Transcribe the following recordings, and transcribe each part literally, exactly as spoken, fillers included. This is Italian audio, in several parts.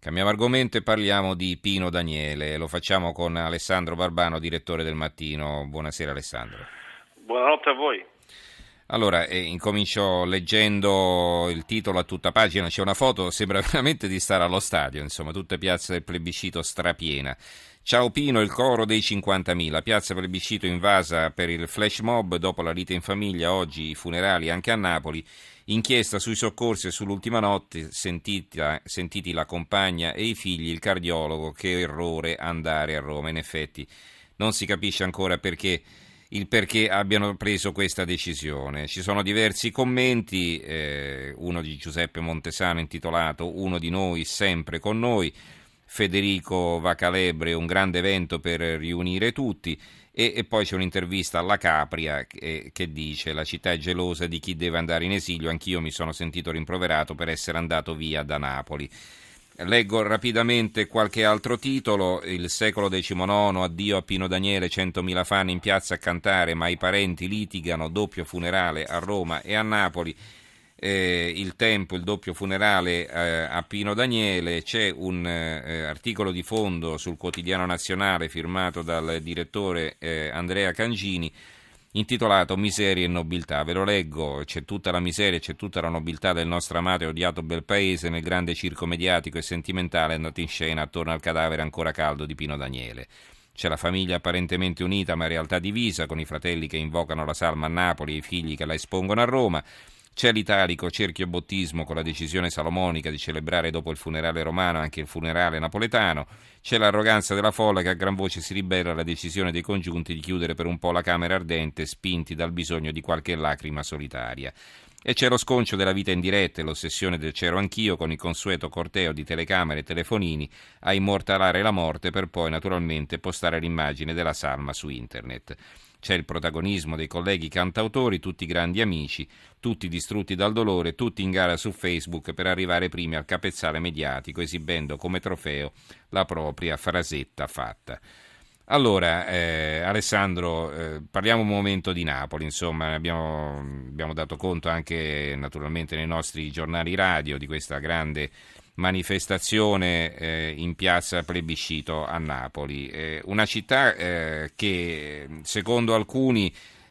Cambiamo argomento e parliamo di Pino Daniele. Lo facciamo con Alessandro Barbano, direttore del Mattino. Buonasera Alessandro. Buonanotte a voi. Allora, eh, incomincio leggendo il titolo a tutta pagina. C'è una foto, sembra veramente di stare allo stadio, insomma, tutte piazze del plebiscito strapiena. Ciao Pino, il coro dei cinquantamila. Piazza plebiscito invasa per il flash mob dopo la lite in famiglia, oggi i funerali anche a Napoli. Inchiesta sui soccorsi e sull'ultima notte, sentita, sentiti la compagna e i figli, il cardiologo, che errore andare a Roma. In effetti non si capisce ancora perché, il perché abbiano preso questa decisione. Ci sono diversi commenti, eh, uno di Giuseppe Montesano intitolato "Uno di noi sempre con noi", Federico Vacalebre, un grande evento per riunire tutti. E, e poi c'è un'intervista alla Capria che, che dice: la città è gelosa di chi deve andare in esilio, anch'io mi sono sentito rimproverato per essere andato via da Napoli. Leggo rapidamente qualche altro titolo: il secolo diciannove, addio a Pino Daniele, centomila fan in piazza a cantare, ma i parenti litigano, doppio funerale a Roma e a Napoli. Eh, il Tempo, il doppio funerale eh, a Pino Daniele. C'è un eh, articolo di fondo sul Quotidiano Nazionale firmato dal direttore eh, Andrea Cangini intitolato "Miseria e nobiltà". Ve lo leggo: c'è tutta la miseria, c'è tutta la nobiltà del nostro amato e odiato bel paese nel grande circo mediatico e sentimentale andato in scena attorno al cadavere ancora caldo di Pino Daniele. C'è la famiglia apparentemente unita ma in realtà divisa, con i fratelli che invocano la salma a Napoli e i figli che la espongono a Roma. C'è l'italico cerchiobottismo con la decisione salomonica di celebrare dopo il funerale romano anche il funerale napoletano. C'è l'arroganza della folla che a gran voce si ribella alla decisione dei congiunti di chiudere per un po' la Camera ardente, spinti dal bisogno di qualche lacrima solitaria. E c'è lo sconcio della vita in diretta e l'ossessione del "c'ero anch'io", con il consueto corteo di telecamere e telefonini a immortalare la morte per poi naturalmente postare l'immagine della salma su internet. C'è il protagonismo dei colleghi cantautori, tutti grandi amici, tutti distrutti dal dolore, tutti in gara su Facebook per arrivare primi al capezzale mediatico, esibendo come trofeo la propria frasetta fatta. Allora, eh, Alessandro, eh, parliamo un momento di Napoli, insomma, abbiamo, abbiamo dato conto anche naturalmente nei nostri giornali radio di questa grande manifestazione eh, in piazza Plebiscito a Napoli, eh, una città eh, che secondo alcuni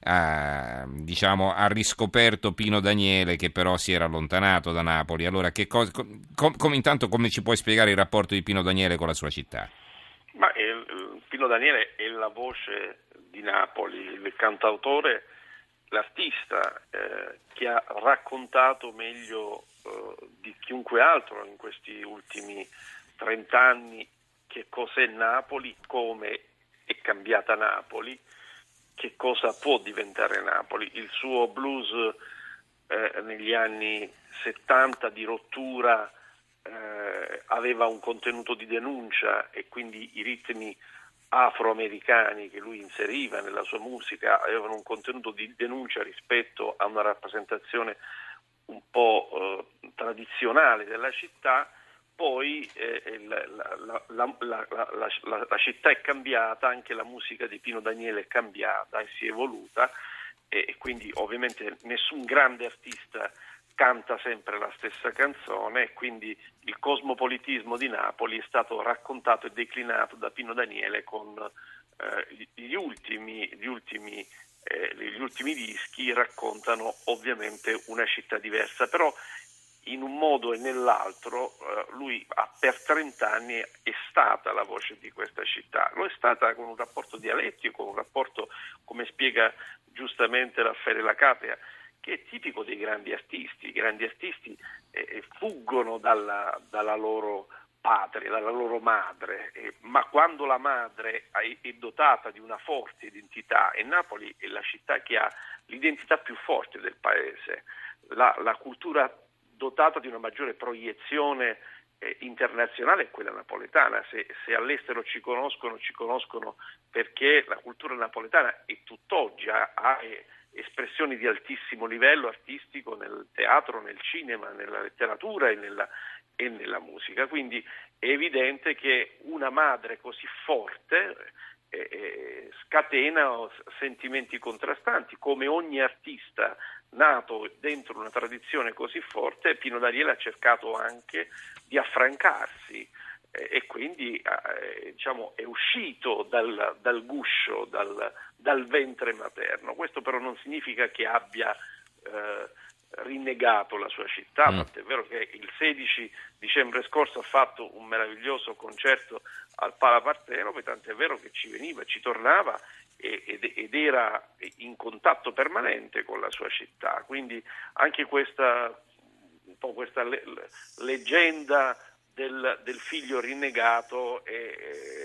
ha, diciamo, ha riscoperto Pino Daniele, che però si era allontanato da Napoli. Allora, che cosa, com, com, intanto come ci puoi spiegare il rapporto di Pino Daniele con la sua città? Ma eh, Pino Daniele è la voce di Napoli, il cantautore, l'artista eh, che ha raccontato meglio eh, di chiunque altro in questi ultimi trent'anni che cos'è Napoli, come è cambiata Napoli, che cosa può diventare Napoli. Il suo blues eh, negli anni settanta di rottura eh, aveva un contenuto di denuncia, e quindi i ritmi afroamericani che lui inseriva nella sua musica avevano un contenuto di denuncia rispetto a una rappresentazione un po' eh, tradizionale della città. Poi eh, la, la, la, la, la città è cambiata, anche la musica di Pino Daniele è cambiata e si è evoluta, e, e quindi ovviamente nessun grande artista canta sempre la stessa canzone, e quindi il cosmopolitismo di Napoli è stato raccontato e declinato da Pino Daniele con eh, gli ultimi, gli ultimi, eh, gli ultimi dischi raccontano ovviamente una città diversa, però in un modo e nell'altro eh, lui ha, per trent'anni è stata la voce di questa città. Lo è stata con un rapporto dialettico, con un rapporto, come spiega giustamente Raffaele La Capria, che è tipico dei grandi artisti. I grandi artisti eh, fuggono dalla, dalla loro patria, dalla loro madre, eh, ma quando la madre è, è dotata di una forte identità, e Napoli è la città che ha l'identità più forte del paese, la, la cultura dotata di una maggiore proiezione eh, internazionale è quella napoletana. Se, se all'estero ci conoscono, ci conoscono perché la cultura napoletana è tutt'oggi, ha, ha espressioni di altissimo livello artistico nel teatro, nel cinema, nella letteratura e nella, e nella musica. Quindi è evidente che una madre così forte eh, eh, scatena sentimenti contrastanti, come ogni artista nato dentro una tradizione così forte. Pino Daniele ha cercato anche di affrancarsi eh, e quindi eh, diciamo, è uscito dal, dal guscio, dal, dal ventre materno. Questo però non significa che abbia eh, rinnegato la sua città, mm. tant'è vero che il sedici dicembre scorso ha fatto un meraviglioso concerto al Pala Partenope, tant'è vero che ci veniva, ci tornava ed, ed era in contatto permanente con la sua città. Quindi anche questa, un po' questa le, leggenda del, del figlio rinnegato è,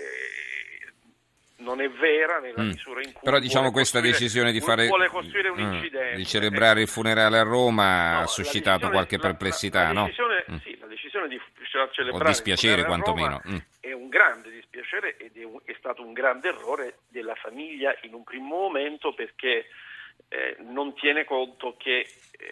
non è vera nella mm. misura in cui però diciamo questa decisione di fare vuole costruire un mm, incidente, di celebrare eh. il funerale a Roma no, ha suscitato qualche la, perplessità, la, la decisione, no? Sì, la decisione di celebrare o dispiacere quantomeno mm. è un grande dispiacere ed è, un, è stato un grande errore della famiglia in un primo momento, perché eh, non tiene conto che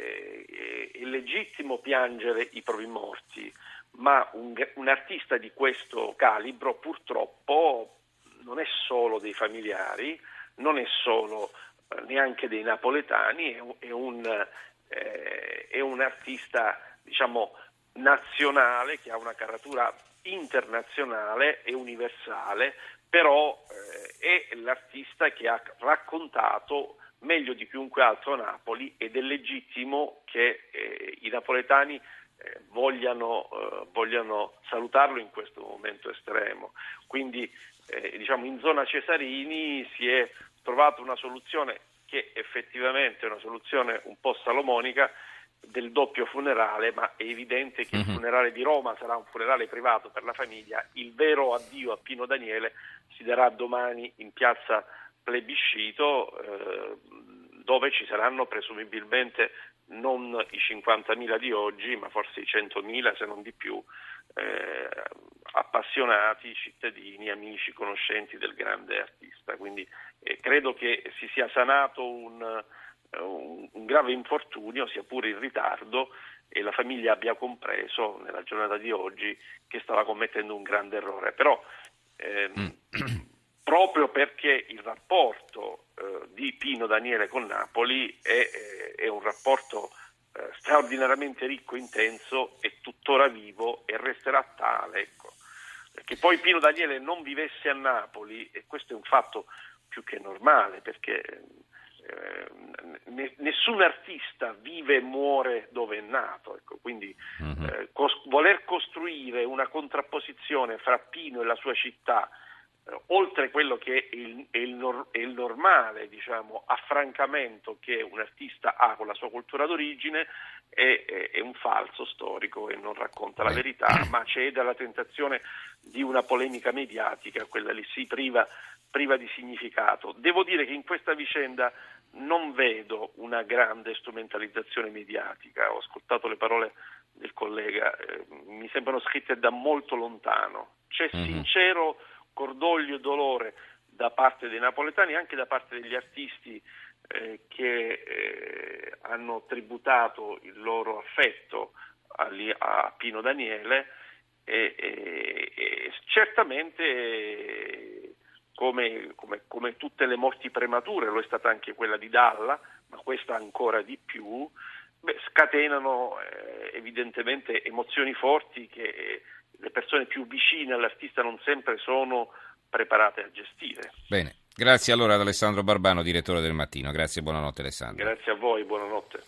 eh, è legittimo piangere i propri morti, ma un, un artista di questo calibro purtroppo non è solo dei familiari, non è solo eh, neanche dei napoletani, è un, è un, eh, è un artista, diciamo, nazionale, che ha una caratura internazionale e universale, però eh, è l'artista che ha raccontato meglio di chiunque altro Napoli, ed è legittimo che eh, i napoletani eh, vogliano, eh, vogliano salutarlo in questo momento estremo. Quindi eh, diciamo in zona Cesarini si è trovata una soluzione che effettivamente è una soluzione un po' salomonica, del doppio funerale, ma è evidente che mm-hmm. il funerale di Roma sarà un funerale privato per la famiglia. Il vero addio a Pino Daniele si darà domani in piazza Plebiscito, eh, dove ci saranno presumibilmente non i cinquantamila di oggi, ma forse i centomila, se non di più, eh, appassionati, cittadini, amici, conoscenti del grande artista. Quindi eh, credo che si sia sanato un Un, un grave infortunio, sia pure in ritardo, e la famiglia abbia compreso nella giornata di oggi che stava commettendo un grande errore. Però ehm, mm. proprio perché il rapporto eh, di Pino Daniele con Napoli è, è un rapporto eh, straordinariamente ricco, intenso, è tuttora vivo e resterà tale, ecco. Perché poi Pino Daniele non vivesse a Napoli, e questo è un fatto più che normale, perché Eh, nessun artista vive e muore dove è nato, ecco. Quindi uh-huh. eh, cos- voler costruire una contrapposizione fra Pino e la sua città, eh, oltre quello che è il, è, il nor- è il normale, diciamo, affrancamento che un artista ha con la sua cultura d'origine, è, è, è un falso storico e non racconta la verità, ma cede alla tentazione di una polemica mediatica, quella lì si priva priva di significato. Devo dire che in questa vicenda non vedo una grande strumentalizzazione mediatica. Ho ascoltato le parole del collega, eh, mi sembrano scritte da molto lontano. C'è mm-hmm. sincero cordoglio e dolore da parte dei napoletani, anche da parte degli artisti eh, che eh, hanno tributato il loro affetto a, a Pino Daniele, e, e, e certamente eh, Come, come, come tutte le morti premature, lo è stata anche quella di Dalla, ma questa ancora di più, beh, scatenano eh, evidentemente emozioni forti che eh, le persone più vicine all'artista non sempre sono preparate a gestire. Bene, grazie allora ad Alessandro Barbano, direttore del Mattino. Grazie e buonanotte Alessandro. Grazie a voi, buonanotte.